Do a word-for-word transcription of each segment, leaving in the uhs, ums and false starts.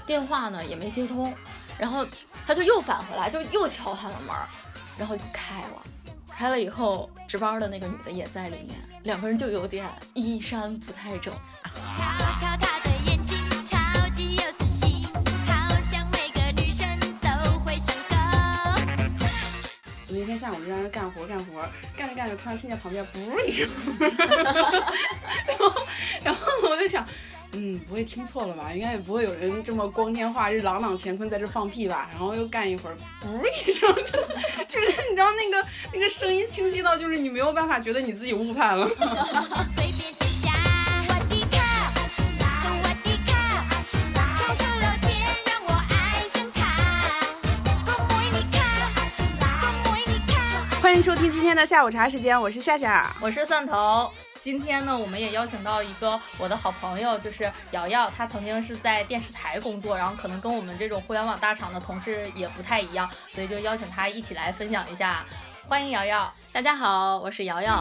电话呢也没接通，然后他就又返回来，就又敲他的门，然后就开了。开了以后，值班的那个女的也在里面，两个人就有点衣衫不太整。 瞧瞧她的眼睛，超级有自信，好像每个女生都会想勾。 我那天下午就在那干活干活，干着干着，突然听见旁边噗一声，然后然后我就想。嗯，不会听错了吧？应该也不会有人这么光天化日、朗朗乾坤在这放屁吧？然后又干一会儿，噗一声，真的就是你知道那个那个声音清晰到，就是你没有办法觉得你自己误判了。 随便写下萨瓦迪卡，萨瓦迪卡，小手聊天让我爱上他。多么你卡，多么你卡。 欢迎收听今天的下午茶时间，我是夏夏， 我是蒜头。今天呢，我们也邀请到一个我的好朋友，就是瑶瑶。她曾经是在电视台工作，然后可能跟我们这种互联网大厂的同事也不太一样，所以就邀请她一起来分享一下。欢迎瑶瑶。大家好，我是瑶瑶。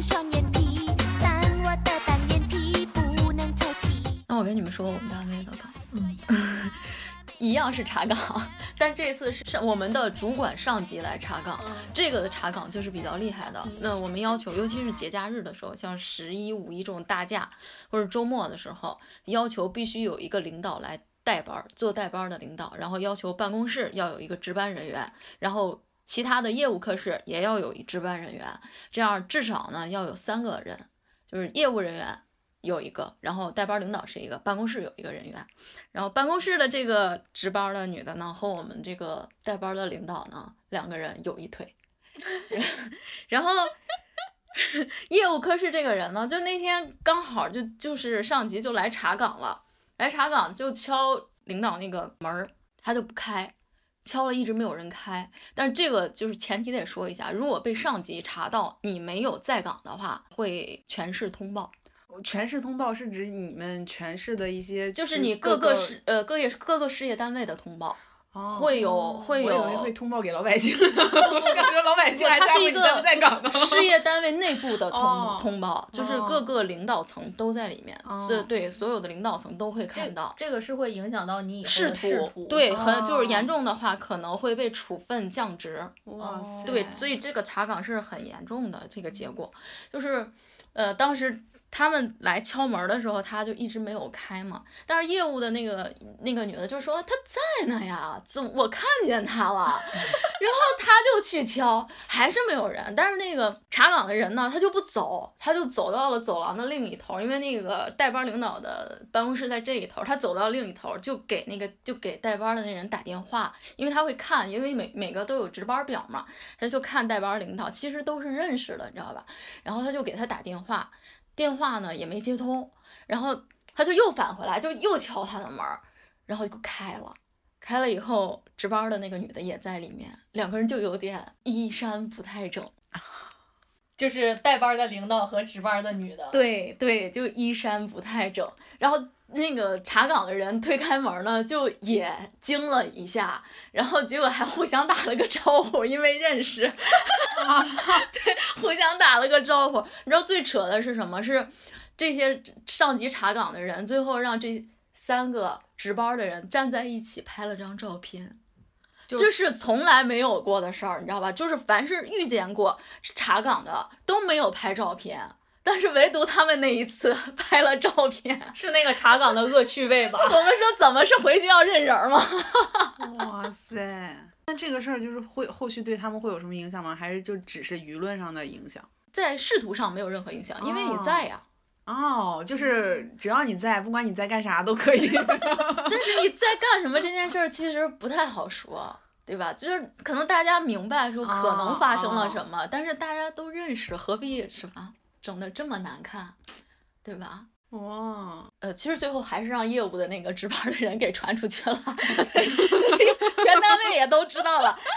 那我跟你们说我们单位的吧。嗯。一样是查岗，但这次是我们的主管上级来查岗，嗯、这个的查岗就是比较厉害的。嗯、那我们要求，尤其是节假日的时候，像十一、五一这种大假，或者周末的时候，要求必须有一个领导来带班，做带班的领导，然后要求办公室要有一个值班人员，然后其他的业务科室也要有一值班人员，这样至少呢要有三个人，就是业务人员。有一个，然后带班领导是一个，办公室有一个人员，然后办公室的这个值班的女的呢，和我们这个带班的领导呢，两个人有一腿。然后业务科室这个人呢，就那天刚好就就是上级就来查岗了，来查岗就敲领导那个门，他就不开，敲了一直没有人开。但是这个就是前提得说一下，如果被上级查到你没有在岗的话，会全市通报。 全市通报是指你们全市的一些， 就是你各个事呃各业各个事业单位的通报，哦、会有、哦、会有， 我以为会通报给老百姓，这时候老百姓还在乎你在不在岗呢。 事业单位内部的通、哦、通报，就是各个哦领导层都在里面，这、哦、对所有的领导层都会看到。 这, 这个是会影响到你以后的仕途，对，很、哦、就是严重的话可能会被处分降职。 哇塞！ 对，所以这个查岗是很严重的，这个结果就是呃当时。他们来敲门的时候，他就一直没有开嘛。但是业务的那个那个女的就说他在呢呀，怎么我看见他了？然后他就去敲，还是没有人。但是那个查岗的人呢，他就不走，他就走到了走廊的另一头，因为那个带班领导的办公室在这一头，他走到另一头就给那个就给带班的那人打电话，因为他会看，因为每每个都有值班表嘛，他就看带班领导，其实都是认识的，你知道吧？然后他就给他打电话。电话呢也没接通，然后他就又返回来，就又敲他的门，然后就开了。开了以后，值班的那个女的也在里面，两个人就有点衣衫不太整， 就是带班的领导和值班的女的。 对对，就衣衫不太整。然后那个查岗的人推开门呢，就也惊了一下，然后结果还互相打了个招呼，因为认识。对，互相打了个招呼。你知道最扯的是什么？是这些上级查岗的人最后让这三个值班的人站在一起拍了张照片，就这是从来没有过的事儿，你知道吧？就是凡是遇见过查岗的都没有拍照片，但是唯独他们那一次拍了照片。 是那个查岗的恶趣味吧？ 我们说怎么是回去要认人吗？ 哇塞！那这个事儿就是会后续对他们会有什么影响吗？还是就只是舆论上的影响？ 在仕途上没有任何影响，因为你在呀。 哦，就是只要你在，不管你在干啥都可以。 但是你在干什么这件事儿其实不太好说，对吧？就是可能大家明白说可能发生了什么，哦哦、但是大家都认识，何必什么整得这么难看，对吧？ 哇， 呃，其实最后还是让业务的那个值班的人给传出去了，全单位也都知道了。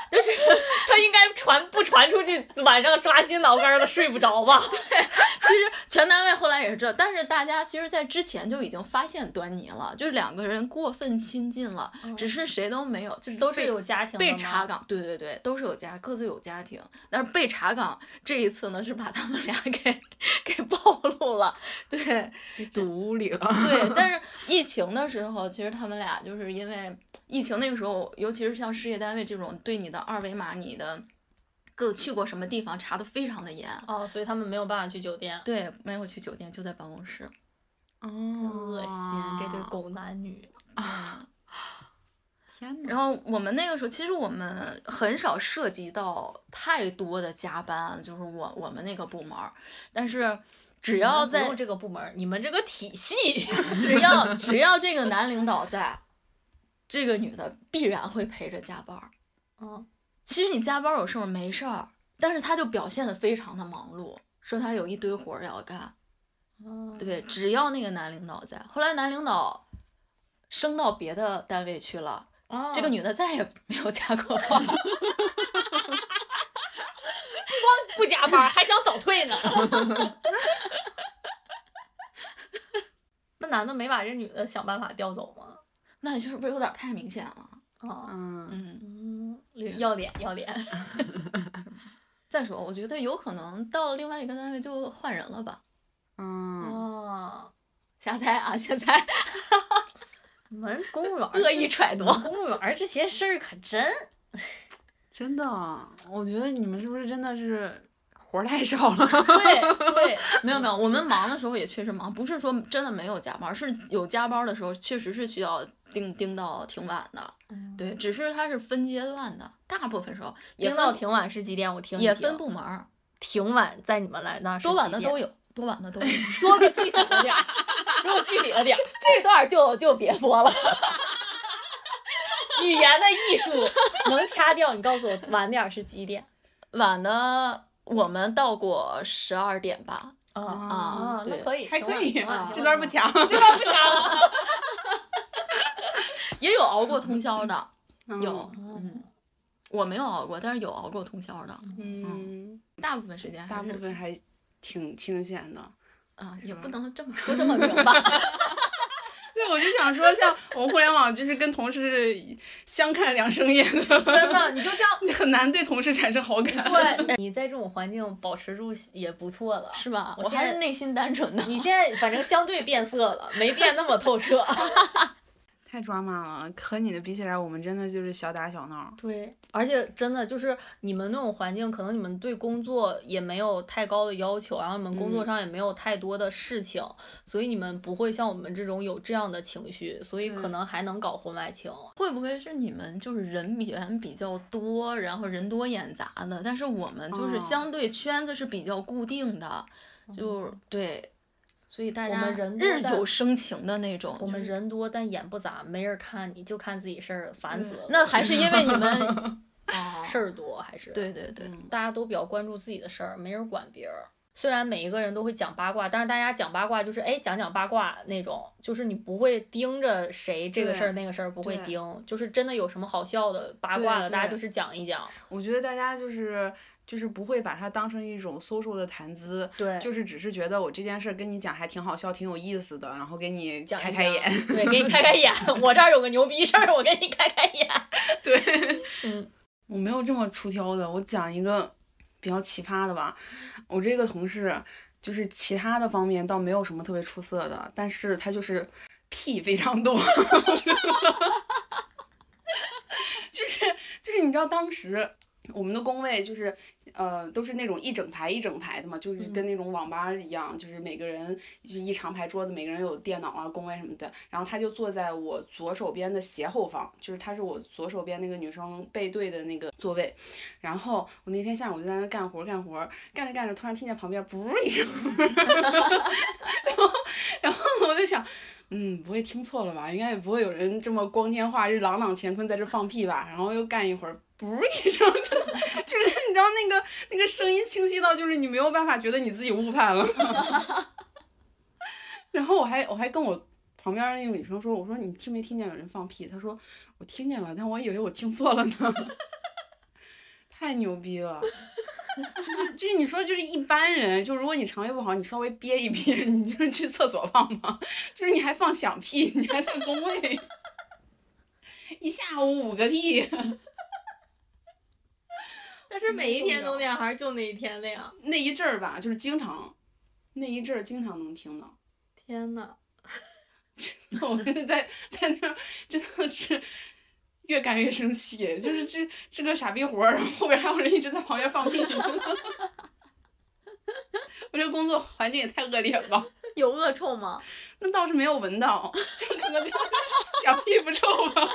就是他应该传不传出去，晚上抓心挠肝的睡不着吧？ 其实全单位后来也是这，但是大家其实在之前就已经发现端倪了，就是两个人过分亲近了， 嗯、 只是谁都没有，就是都是有家庭的被查岗，对对对，都是有家各自有家庭，但是被查岗这一次呢是把他们俩给给暴露了，对， 被堵里了。 对，但是疫情的时候，其实他们俩就是因为疫情那个时候，尤其是像事业单位这种，对你的二维码、你的各去过什么地方查的非常的严。 哦，所以他们没有办法去酒店。 对，没有去酒店，就在办公室。 哦， 真恶心，这对狗男女啊！ 天哪！ 然后我们那个时候，其实我们很少涉及到太多的加班，就是我我们那个部门，但是只要在不用这个部门，你们这个体系， 只要只要这个男领导在，这个女的必然会陪着加班。 嗯， 其实你加班有事儿没事儿，但是他就表现得非常的忙碌，说他有一堆活儿要干。 嗯， 对，只要那个男领导在。后来男领导升到别的单位去了。 哦、 这个女的再也没有加过班，不光不加班，还想早退呢。那男的没把这女的想办法调走吗？ 那是不是有点太明显了？ 啊， 嗯嗯，要脸要脸。 再说，我觉得有可能到了另外一个单位就换人了吧。 嗯， 哦， 瞎猜啊，瞎猜。 你们公务员恶意揣度， 公务员这些事儿可真， 真的，我觉得你们是不是真的是活儿太少了？ 对对， 没有没有，我们忙的时候也确实忙，不是说真的没有加班，是有加班的时候确实是需要盯盯到挺晚的。 嗯、 对，只是它是分阶段的，大部分时候盯到挺晚是几点？我听也分部门， 挺晚在你们来那多晚的都有。多晚的都有， 说个具体的点儿，说个具体的点儿， 这段就就别播了。 语言的艺术能掐掉，你告诉我晚点是几点？ 晚的我们到过十二点吧。 啊啊， 那可以， 还可以， 啊、 这段不强， 这段不强了。 也有熬过通宵的， 嗯、 有，嗯，我没有熬过，但是有熬过通宵的。 嗯， 嗯大部分时间还是， 大部分还挺清闲的。 啊，也不能这么说这么明白。 对，我就想说，像我们互联网，就是跟同事相看两生厌的， 真的，你就像你很难对同事产生好感。 对，你在这种环境保持住也不错了， 是吧？ 我我还是内心单纯的。 你现在反正相对变色了，没变那么透彻。 太抓马了，和你的比起来，我们真的就是小打小闹。 对，而且真的就是你们那种环境，可能你们对工作也没有太高的要求，然后你们工作上也没有太多的事情，嗯、所以你们不会像我们这种有这样的情绪，所以可能还能搞婚外情。 会不会是你们就是人员比较多，然后人多眼杂的，但是我们就是相对圈子是比较固定的，哦、就对。所以大家日久生情的那种， 我们人多但眼不杂，没人看你就看自己事儿，烦死了。 那还是因为你们事儿多，还是对对对， 大家都比较关注自己的事儿，没人管别人。虽然每一个人都会讲八卦，但是大家讲八卦就是哎讲讲八卦那种，就是你不会盯着谁这个事儿那个事儿不会盯，就是真的有什么好笑的八卦了，大家就是讲一讲。 我觉得大家就是。就是不会把它当成一种 social 的谈资， 对， 就是只是觉得我这件事跟你讲还挺好笑、挺有意思的，然后给你讲开开眼， 对，给你开开眼。我这儿有个牛逼事儿，我给你开开眼。 对， 嗯， 我没有这么出挑的，我讲一个比较奇葩的吧。我这个同事就是其他的方面倒没有什么特别出色的，但是他就是屁非常多，就是就是你知道当时。我们的工位就是，呃，都是那种一整排一整排的嘛，就是跟那种网吧一样，嗯、就是每个人就是一长排桌子，每个人有电脑啊、工位什么的。然后他就坐在我左手边的斜后方，就是他是我左手边那个女生背对的那个座位。然后我那天下午就在那干活干活，干着干着突然听见旁边噗一声，然后然后我就想。嗯，不会听错了吧？应该也不会有人这么光天化日、朗朗乾坤在这放屁吧？然后又干一会儿，噗一声，就就是你知道那个那个声音清晰到，就是你没有办法觉得你自己误判了。然后我还我还跟我旁边那个女生说，我说你听没听见有人放屁？她说我听见了，但我以为我听错了呢。 太牛逼了。就是就是你说就是一般人，就如果你肠胃不好，你稍微憋一憋，你就是去厕所放放，就是你还放响屁，你还在工位，一下午五个屁。 但是每一天都那样，还是就那一天那样？ 那一阵儿吧，就是经常，那一阵儿经常能听到。 天呐， 我在在那儿真的是越干越生气，就是这这个傻逼活儿，然后后边还有人一直在旁边放屁。我这工作环境也太恶劣了吧？ 有恶臭吗？ 那倒是没有闻到，就可能就是小屁不臭吧。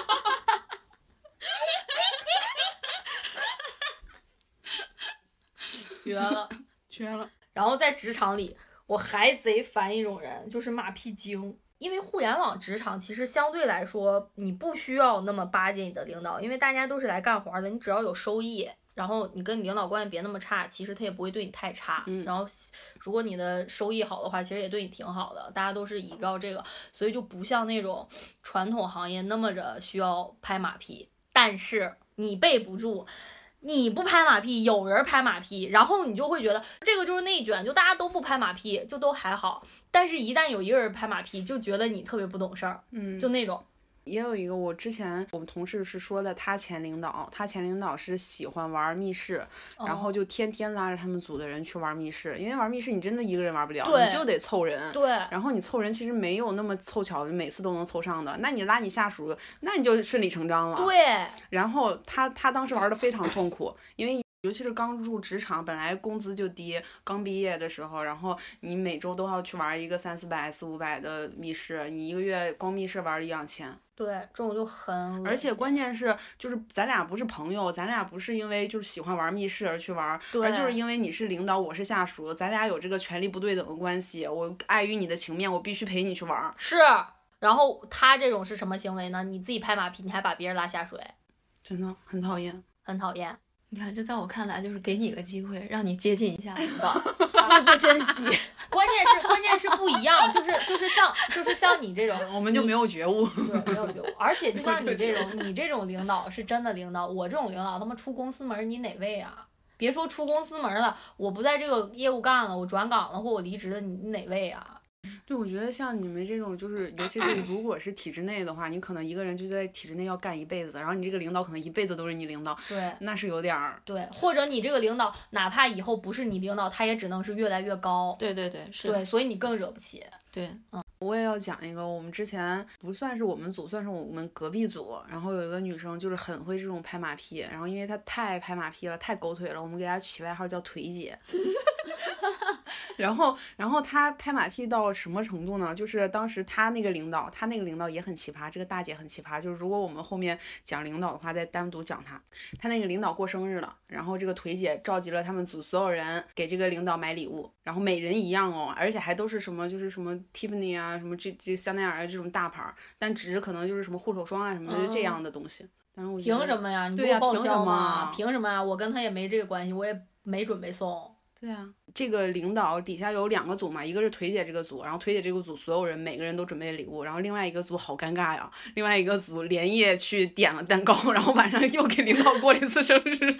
绝了， 绝了。 然后在职场里，我还贼烦一种人，就是马屁精。因为互联网职场其实相对来说，你不需要那么巴结你的领导，因为大家都是来干活的，你只要有收益，然后你跟你领导关系别那么差，其实他也不会对你太差。 嗯、 然后如果你的收益好的话，其实也对你挺好的，大家都是依照这个，所以就不像那种传统行业那么着需要拍马屁。但是你背不住。你不拍马屁，有人拍马屁，然后你就会觉得这个就是内卷，就大家都不拍马屁，就都还好。但是，一旦有一个人拍马屁，就觉得你特别不懂事儿， 嗯， 就那种。 也有一个，我之前我们同事是说的，他前领导，他前领导是喜欢玩密室， 哦、 然后就天天拉着他们组的人去玩密室，因为玩密室你真的一个人玩不了，你就得凑人。 对。 然后你凑人其实没有那么凑巧，每次都能凑上的，那你拉你下属，那你就顺理成章了。 对。 然后他他当时玩的非常痛苦，因为。尤其是刚入职场，本来工资就低，刚毕业的时候，然后你每周都要去玩一个三四百、四五百的密室，你一个月光密室玩一两千。 对，这种就很。 而且关键是，就是咱俩不是朋友，咱俩不是因为就是喜欢玩密室而去玩，而就是因为你是领导，我是下属，咱俩有这个权力不对等的关系，我碍于你的情面，我必须陪你去玩。 是，然后他这种是什么行为呢？你自己拍马屁，你还把别人拉下水， 真的很讨厌， 很讨厌。 你看，这在我看来就是给你个机会，让你接近一下领导，你不珍惜。 关键是关键是不一样，就是就是像就是像你这种， 我们就没有觉悟。 对，没有觉悟。而且就像你这种，你这种领导是真的领导，我这种领导他妈出公司门，你哪位啊？别说出公司门了，我不在这个业务干了，我转岗了或我离职了，你哪位啊？ 对，我觉得像你们这种，就是尤其是如果是体制内的话，你可能一个人就在体制内要干一辈子，然后你这个领导可能一辈子都是你领导， 对， 那是有点儿。 对，或者你这个领导哪怕以后不是你领导，他也只能是越来越高。 对对对，是。 对，所以你更惹不起。 对， 嗯。 我也要讲一个，我们之前不算是我们组，算是我们隔壁组，然后有一个女生就是很会这种拍马屁，然后因为她太拍马屁了，太狗腿了，我们给她起外号叫腿姐。然后，然后她拍马屁到什么程度呢？就是当时她那个领导，她那个领导也很奇葩，这个大姐很奇葩。就是如果我们后面讲领导的话，再单独讲她。她那个领导过生日了，然后这个腿姐召集了他们组所有人给这个领导买礼物，然后每人一样哦，而且还都是什么就是什么 Tiffany 啊，什么这这香奈儿这种大牌，但只是可能就是什么护手霜啊什么的，就这样的东西。但是我凭什么呀？你对呀， 报销吗？ 凭什么呀？我跟他也没这个关系，我也没准备送。 对啊，这个领导底下有两个组嘛，一个是腿姐这个组，然后腿姐这个组所有人每个人都准备礼物，然后另外一个组好尴尬呀，另外一个组连夜去点了蛋糕，然后晚上又给领导过了一次生日。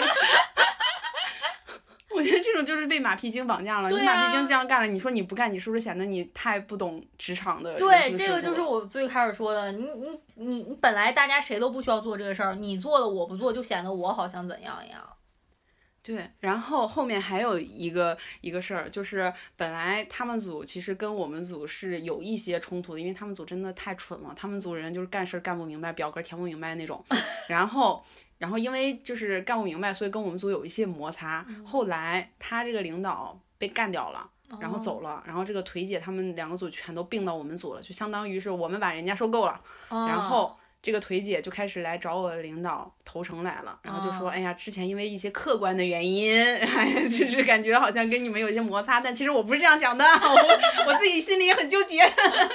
我觉得这种就是被马屁精绑架了。 啊、 你马屁精这样干了，你说你不干，你是不是显得你太不懂职场的人情世故？ 对，这个就是我最开始说的，你你你你本来大家谁都不需要做这个事儿，你做了我不做，就显得我好像怎样一样。 对，然后后面还有一个一个事儿，就是本来他们组其实跟我们组是有一些冲突的，因为他们组真的太蠢了，他们组人就是干事干不明白，表格填不明白那种。然后，然后因为就是干不明白，所以跟我们组有一些摩擦。 嗯、 后来他这个领导被干掉了，然后走了，哦、然后这个腿姐他们两个组全都并到我们组了，就相当于是我们把人家收购了， 哦、 然后。这个腿姐就开始来找我的领导投诚来了，然后就说：“哎呀，之前因为一些客观的原因，哎呀，就是感觉好像跟你们有一些摩擦，但其实我不是这样想的，我我自己心里也很纠结。”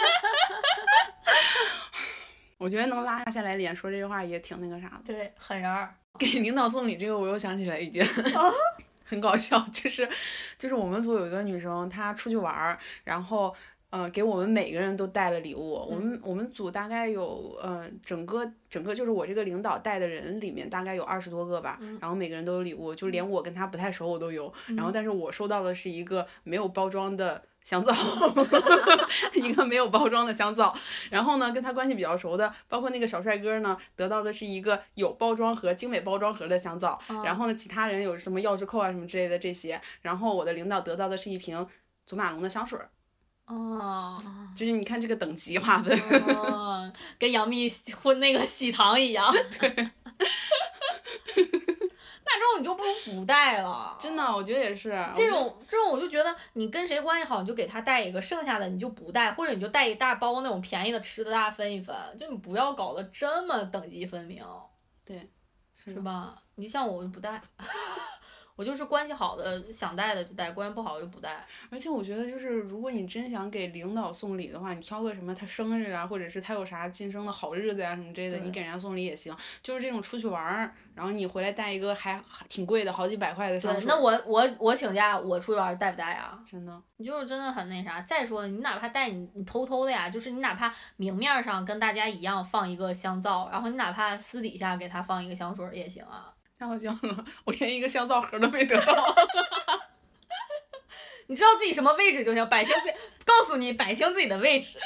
我觉得能拉下来脸说这句话也挺那个啥的。 对，狠人儿。 给领导送礼这个，我又想起来一件。很搞笑，就是就是我们组有一个女生，她出去玩儿，然后呃，给我们每个人都带了礼物。我们我们组大概有呃，整个整个就是我这个领导带的人里面大概有二十多个吧，然后每个人都有礼物，就连我跟他不太熟我都有。然后但是我收到的是一个没有包装的香皂，一个没有包装的香皂。然后呢，跟他关系比较熟的，包括那个小帅哥呢，得到的是一个有包装盒、精美包装盒的香皂。然后呢，其他人有什么钥匙扣啊什么之类的这些。然后我的领导得到的是一瓶祖马龙的香水。 哦， 就是你看这个等级划分， 哦，跟杨幂混那个喜糖一样。 对。 那这种你就不如不带了。 真的，我觉得也是。 这种这种我就觉得你跟谁关系好，你就给他带一个，剩下的你就不带，或者你就带一大包那种便宜的吃的，大家分一分，就你不要搞得这么等级分明。 对，是是吧？你像我就不带。我就是关系好的想带的就带，关系不好就不带。 而且我觉得就是，如果你真想给领导送礼的话，你挑个什么他生日啊，或者是他有啥晋升的好日子呀、啊、什么之类的，你给人家送礼也行。就是这种出去玩儿，然后你回来带一个还挺贵的，好几百块的香水。 那我我我请假，我出去玩带不带啊？ 真的， 你就是真的很那啥。再说你哪怕带你你偷偷的呀，就是你哪怕明面上跟大家一样放一个香皂，然后你哪怕私底下给他放一个香水也行啊。 太好笑了，我连一个香皂盒都没得到。 你知道自己什么位置就行，摆清自己，告诉你摆清自己的位置。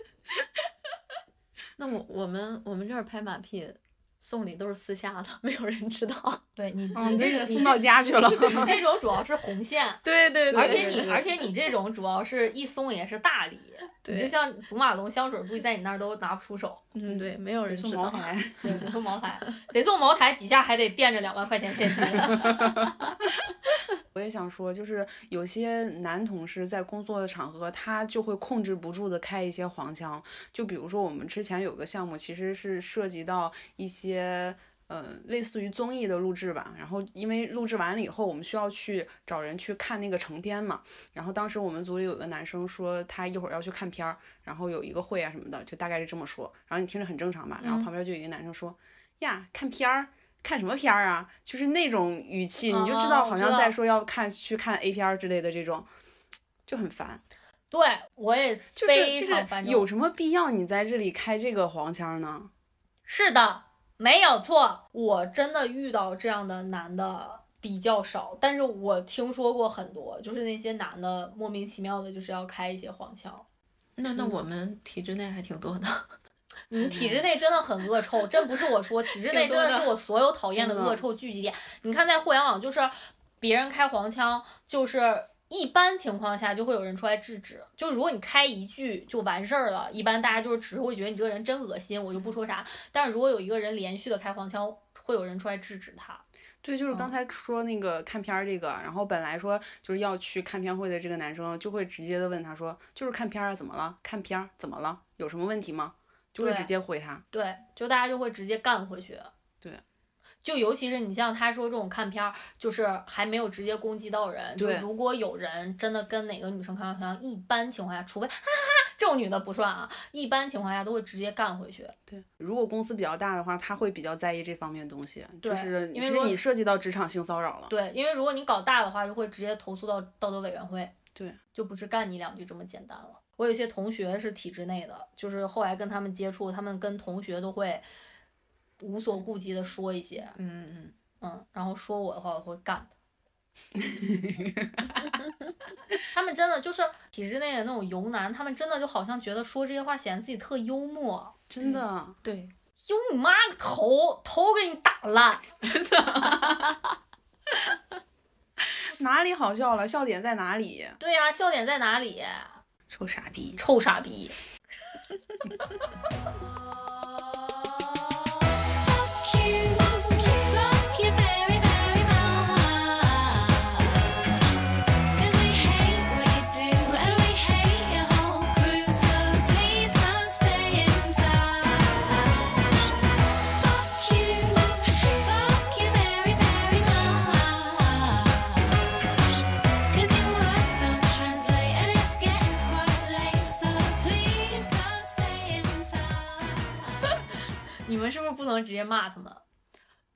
那我我们我们这儿拍马屁送礼都是私下的，没有人知道。 对你， 嗯， 你这个送到家去了。 你这种主要是红线。 对对对。 而且你而且你这种主要是一送也是大礼。你就像祖马龙香水，估计在你那儿都拿不出手。 嗯，对，没有人送茅台。 对，得送茅台，得送茅台，底下还得垫着两万块钱现金。 我也想说，就是有些男同事在工作的场合，他就会控制不住的开一些黄腔。就比如说我们之前有个项目，其实是涉及到一些。呃，类似于综艺的录制吧，然后因为录制完了以后，我们需要去找人去看那个成片嘛。然后当时我们组里有个男生说他一会儿要去看片儿，然后有一个会啊什么的，就大概是这么说。然后你听着很正常吧，然后旁边就有一个男生说：“嗯、呀，看片儿，看什么片儿啊？”就是那种语气，你就知道好像在说要看、哦、去看 A 片儿之类的这种，就很烦。 对，我也非常烦。 就是、有什么必要你在这里开这个黄腔呢？ 是的。没有错，我真的遇到这样的男的比较少，但是我听说过很多，就是那些男的莫名其妙的就是要开一些黄腔。 那那我们体制内还挺多的。 嗯，体制内真的很恶臭，真不是我说，体制内真的是我所有讨厌的恶臭聚集点。你看在互联网，就是别人开黄腔，就是一般情况下就会有人出来制止，就如果你开一句就完事儿了，一般大家就是只是会觉得你这个人真恶心，我就不说啥。但是如果有一个人连续的开黄腔，会有人出来制止他。 对，就是刚才说那个看片儿这个、嗯，然后本来说就是要去看片会的这个男生，就会直接的问他说，就是看片儿怎么了？看片儿怎么了？有什么问题吗？就会直接回他。 对，就大家就会直接干回去。 对。 就尤其是你像他说这种看片儿，就是还没有直接攻击到人。就如果有人真的跟哪个女生开黄腔，一般情况下，除非哈哈哈这种女的不算啊，一般情况下都会直接干回去。 对，如果公司比较大的话，他会比较在意这方面的东西，就是因为其实你涉及到职场性骚扰了。 对，因为如果你搞大的话，就会直接投诉到道德委员会。 对， 就不是干你两句这么简单了。我有些同学是体制内的，就是后来跟他们接触，他们跟同学都会无所顾忌的说一些， 嗯嗯嗯，然后说我的话我会干的。他们真的就是体制内的那种油男，他们真的就好像觉得说这些话显得自己特幽默。 真的， 对， 幽你妈个头，头给你打烂， 真的。哪里好笑了？笑点在哪里？ 对呀、啊，笑点在哪里？ 臭傻逼， 臭傻逼。你们是不是不能直接骂他们？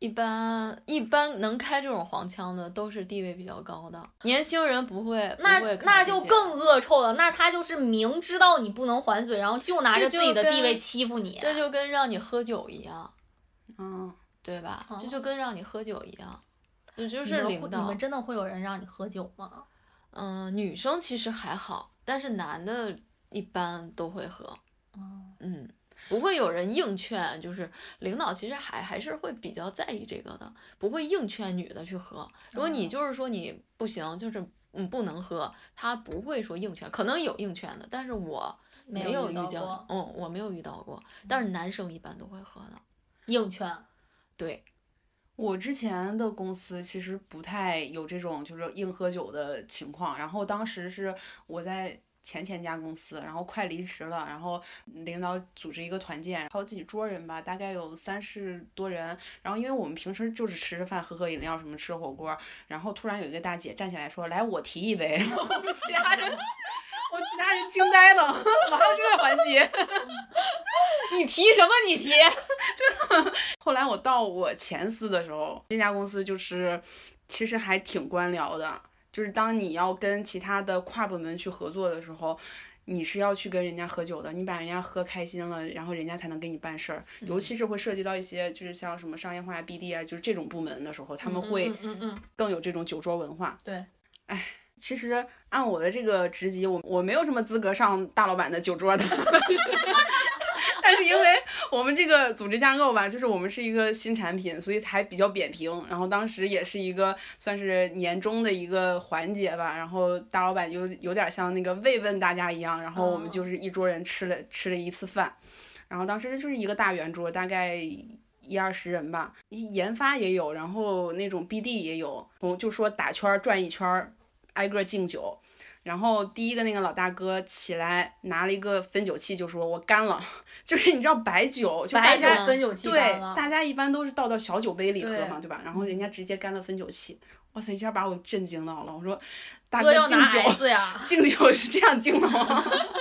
一般一般能开这种黄腔的都是地位比较高的，年轻人不会。 那不会开那这些就更恶臭了，那他就是明知道你不能还嘴，然后就拿着自己的地位欺负你。 这就跟让你喝酒一样， 嗯， 对吧？ 哦这就跟让你喝酒一样，这就你们会是领导。 你们真的会有人让你喝酒吗？ 嗯，女生其实还好，但是男的一般都会喝。 哦， 嗯，不会有人硬劝，就是领导其实还还是会比较在意这个的，不会硬劝女的去喝。如果你哦就是说你不行，就是嗯不能喝，他不会说硬劝，可能有硬劝的，但是我没没有遇有遇到过到，嗯，我没有遇到过，但是男生一般都会喝的。 硬劝。 对， 我之前的公司其实不太有这种就是硬喝酒的情况，然后当时是我在前前家公司，然后快离职了，然后领导组织一个团建，好几桌人吧，大概有三十多人，然后因为我们平时就是吃着饭喝喝饮料什么吃火锅，然后突然有一个大姐站起来说来我提一杯，然后我们其他人我其他人惊呆了，怎么还有这个环节？ 你提什么？你提？ 后来我到我前司的时候，这家公司就是其实还挺官僚的，就是当你要跟其他的跨部门去合作的时候，你是要去跟人家喝酒的，你把人家喝开心了，然后人家才能给你办事儿。尤其是会涉及到一些就是像什么商业化 B D 啊，就是这种部门的时候，他们会嗯嗯嗯， 更有这种酒桌文化。 对。 哎，其实按我的这个职级，我我没有什么资格上大老板的酒桌的。但是因为我们这个组织架构吧，就是我们是一个新产品，所以还比较扁平。然后当时也是一个算是年终的一个环节吧，然后大老板就有点像那个慰问大家一样，然后我们就是一桌人吃了吃了一次饭，然后当时就是一个大圆桌，大概一二十人吧，研发也有，然后那种 B D 也有，就说打圈转一圈，挨个敬酒。然后第一个那个老大哥起来拿了一个分酒器，就说我干了，就是你知道白酒，就大白家酒分酒器对干了大家一般都是倒到小酒杯里喝嘛， 对对吧？然后人家直接干了分酒器，哇塞，一下把我震惊到了。我说大哥要拿敬酒 S 呀。 敬酒是这样敬的吗？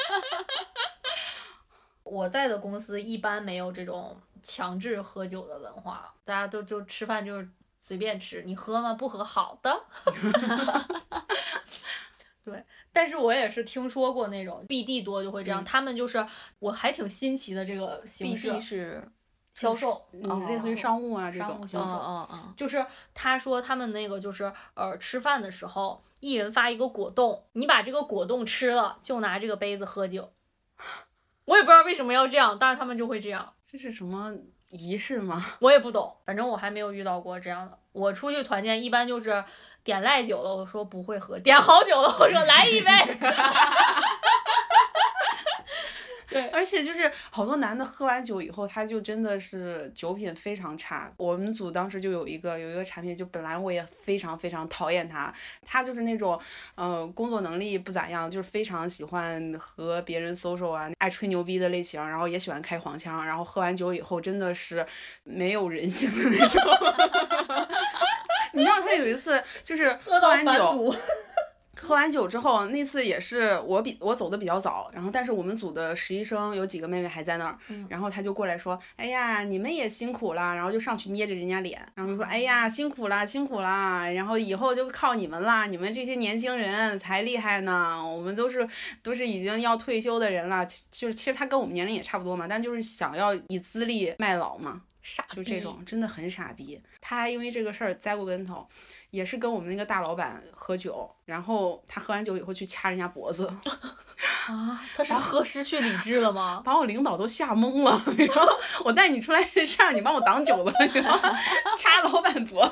我在的公司一般没有这种强制喝酒的文化，大家都就吃饭就是随便吃，你喝吗？不喝，好的。对，但是我也是听说过那种 B D 多就会这样， 嗯他们就是我还挺新奇的这个形 B 式 D 是， 销售， 嗯，类似于商务啊这种。 嗯商务销售。 嗯嗯， 就是他说他们那个就是呃吃饭的时候，一人发一个果冻，你把这个果冻吃了，就拿这个杯子喝酒。我也不知道为什么要这样，但是他们就会这样。 这是什么仪式吗？ 我也不懂，反正我还没有遇到过这样的。我出去团建一般就是点赖酒了，我说不会喝；点好酒了，我说来一杯。对， 而且就是好多男的喝完酒以后，他就真的是酒品非常差。我们组当时就有一个有一个产品，就本来我也非常非常讨厌他，他就是那种呃工作能力不咋样，就是非常喜欢和别人 social 啊，爱吹牛逼的类型，然后也喜欢开黄腔，然后喝完酒以后真的是没有人性的那种。你知道他有一次就是喝到完酒。 返祖。 喝完酒之后，那次也是我比我走的比较早，然后但是我们组的实习生有几个妹妹还在那儿， 嗯然后他就过来说，哎呀，你们也辛苦了，然后就上去捏着人家脸，然后就说，哎呀，辛苦啦，辛苦啦，然后以后就靠你们啦，你们这些年轻人才厉害呢，我们都是都是已经要退休的人了，就是其实他跟我们年龄也差不多嘛，但就是想要以资历卖老嘛。 傻逼， 就这种真的很傻逼，他还因为这个事儿栽过跟头，也是跟我们那个大老板喝酒，然后他喝完酒以后去掐人家脖子， 啊！他是喝失去理智了吗？ 把我领导都吓懵了。你说我带你出来是让你帮我挡酒的，掐老板脖子，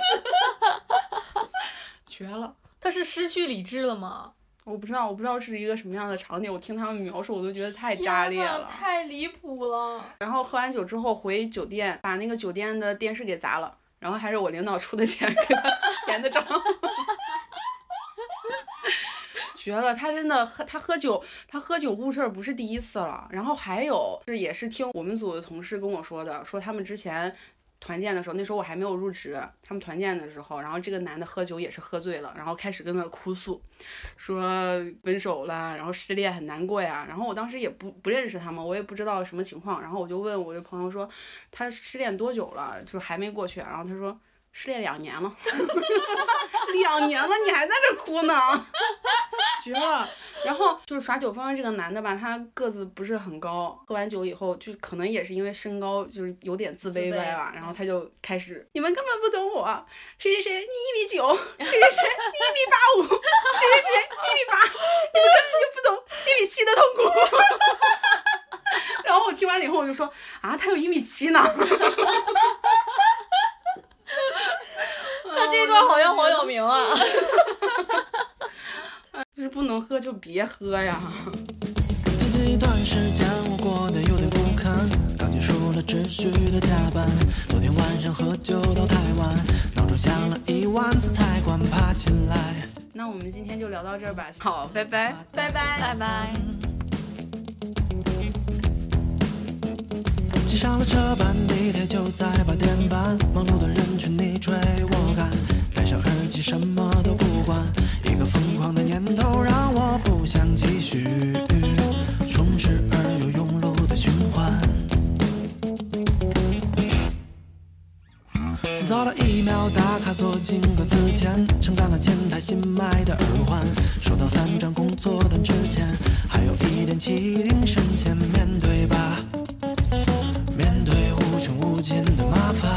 绝了！ 他是失去理智了吗？ 我不知道，我不知道是一个什么样的场景，我听他们描述，我都觉得太炸裂了， 太离谱了。 然后喝完酒之后回酒店，把那个酒店的电视给砸了，然后还是我领导出的钱给他填的账。绝了，他真的喝他喝酒，他喝酒误事儿不是第一次了。然后还有是也是听我们组的同事跟我说的，说他们之前团建的时候，那时候我还没有入职，他们团建的时候，然后这个男的喝酒也是喝醉了，然后开始跟那哭诉，说分手了，然后失恋很难过呀。然后我当时也不不认识他们，我也不知道什么情况，然后我就问我的朋友说，他失恋多久了？就是还没过去。然后他说失恋两年了，两年了你还在这哭呢，绝了。然后就是耍酒疯的这个男的吧，他个子不是很高，喝完酒以后就可能也是因为身高就是有点自卑吧，然后他就开始，你们根本不懂我，谁谁谁你一米九，谁谁谁你一米八五，谁谁谁一米八，你们根本就不懂一米七的痛苦。然后我听完了以后我就说啊，他有一米七呢。 他这一段好像好有名啊。 就是不能喝就别喝呀。 最近一段时间我过得有点不堪，刚结束了持续的加班，昨天晚上喝酒到太晚，闹钟响了一万次才敢爬起来。 那我们今天就聊到这儿吧，好，拜拜， 拜拜， 拜拜。 挤上了车班，地铁就在八点半，忙碌的人群你追我赶，戴上耳机什么都不管，一个疯狂的念头让我不想继续，充实而又庸碌的循环。早了一秒打卡做进格子前，承担了前台新买的耳环，收到三张工作单之前，还有一点气定神闲，面对吧，面对无穷无尽的麻烦。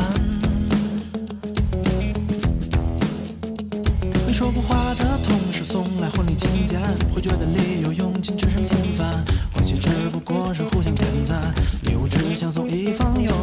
没说过话的同事送来婚礼请柬，会觉得理由用尽只剩心烦，关系只不过是互相点赞，礼物只想送一方有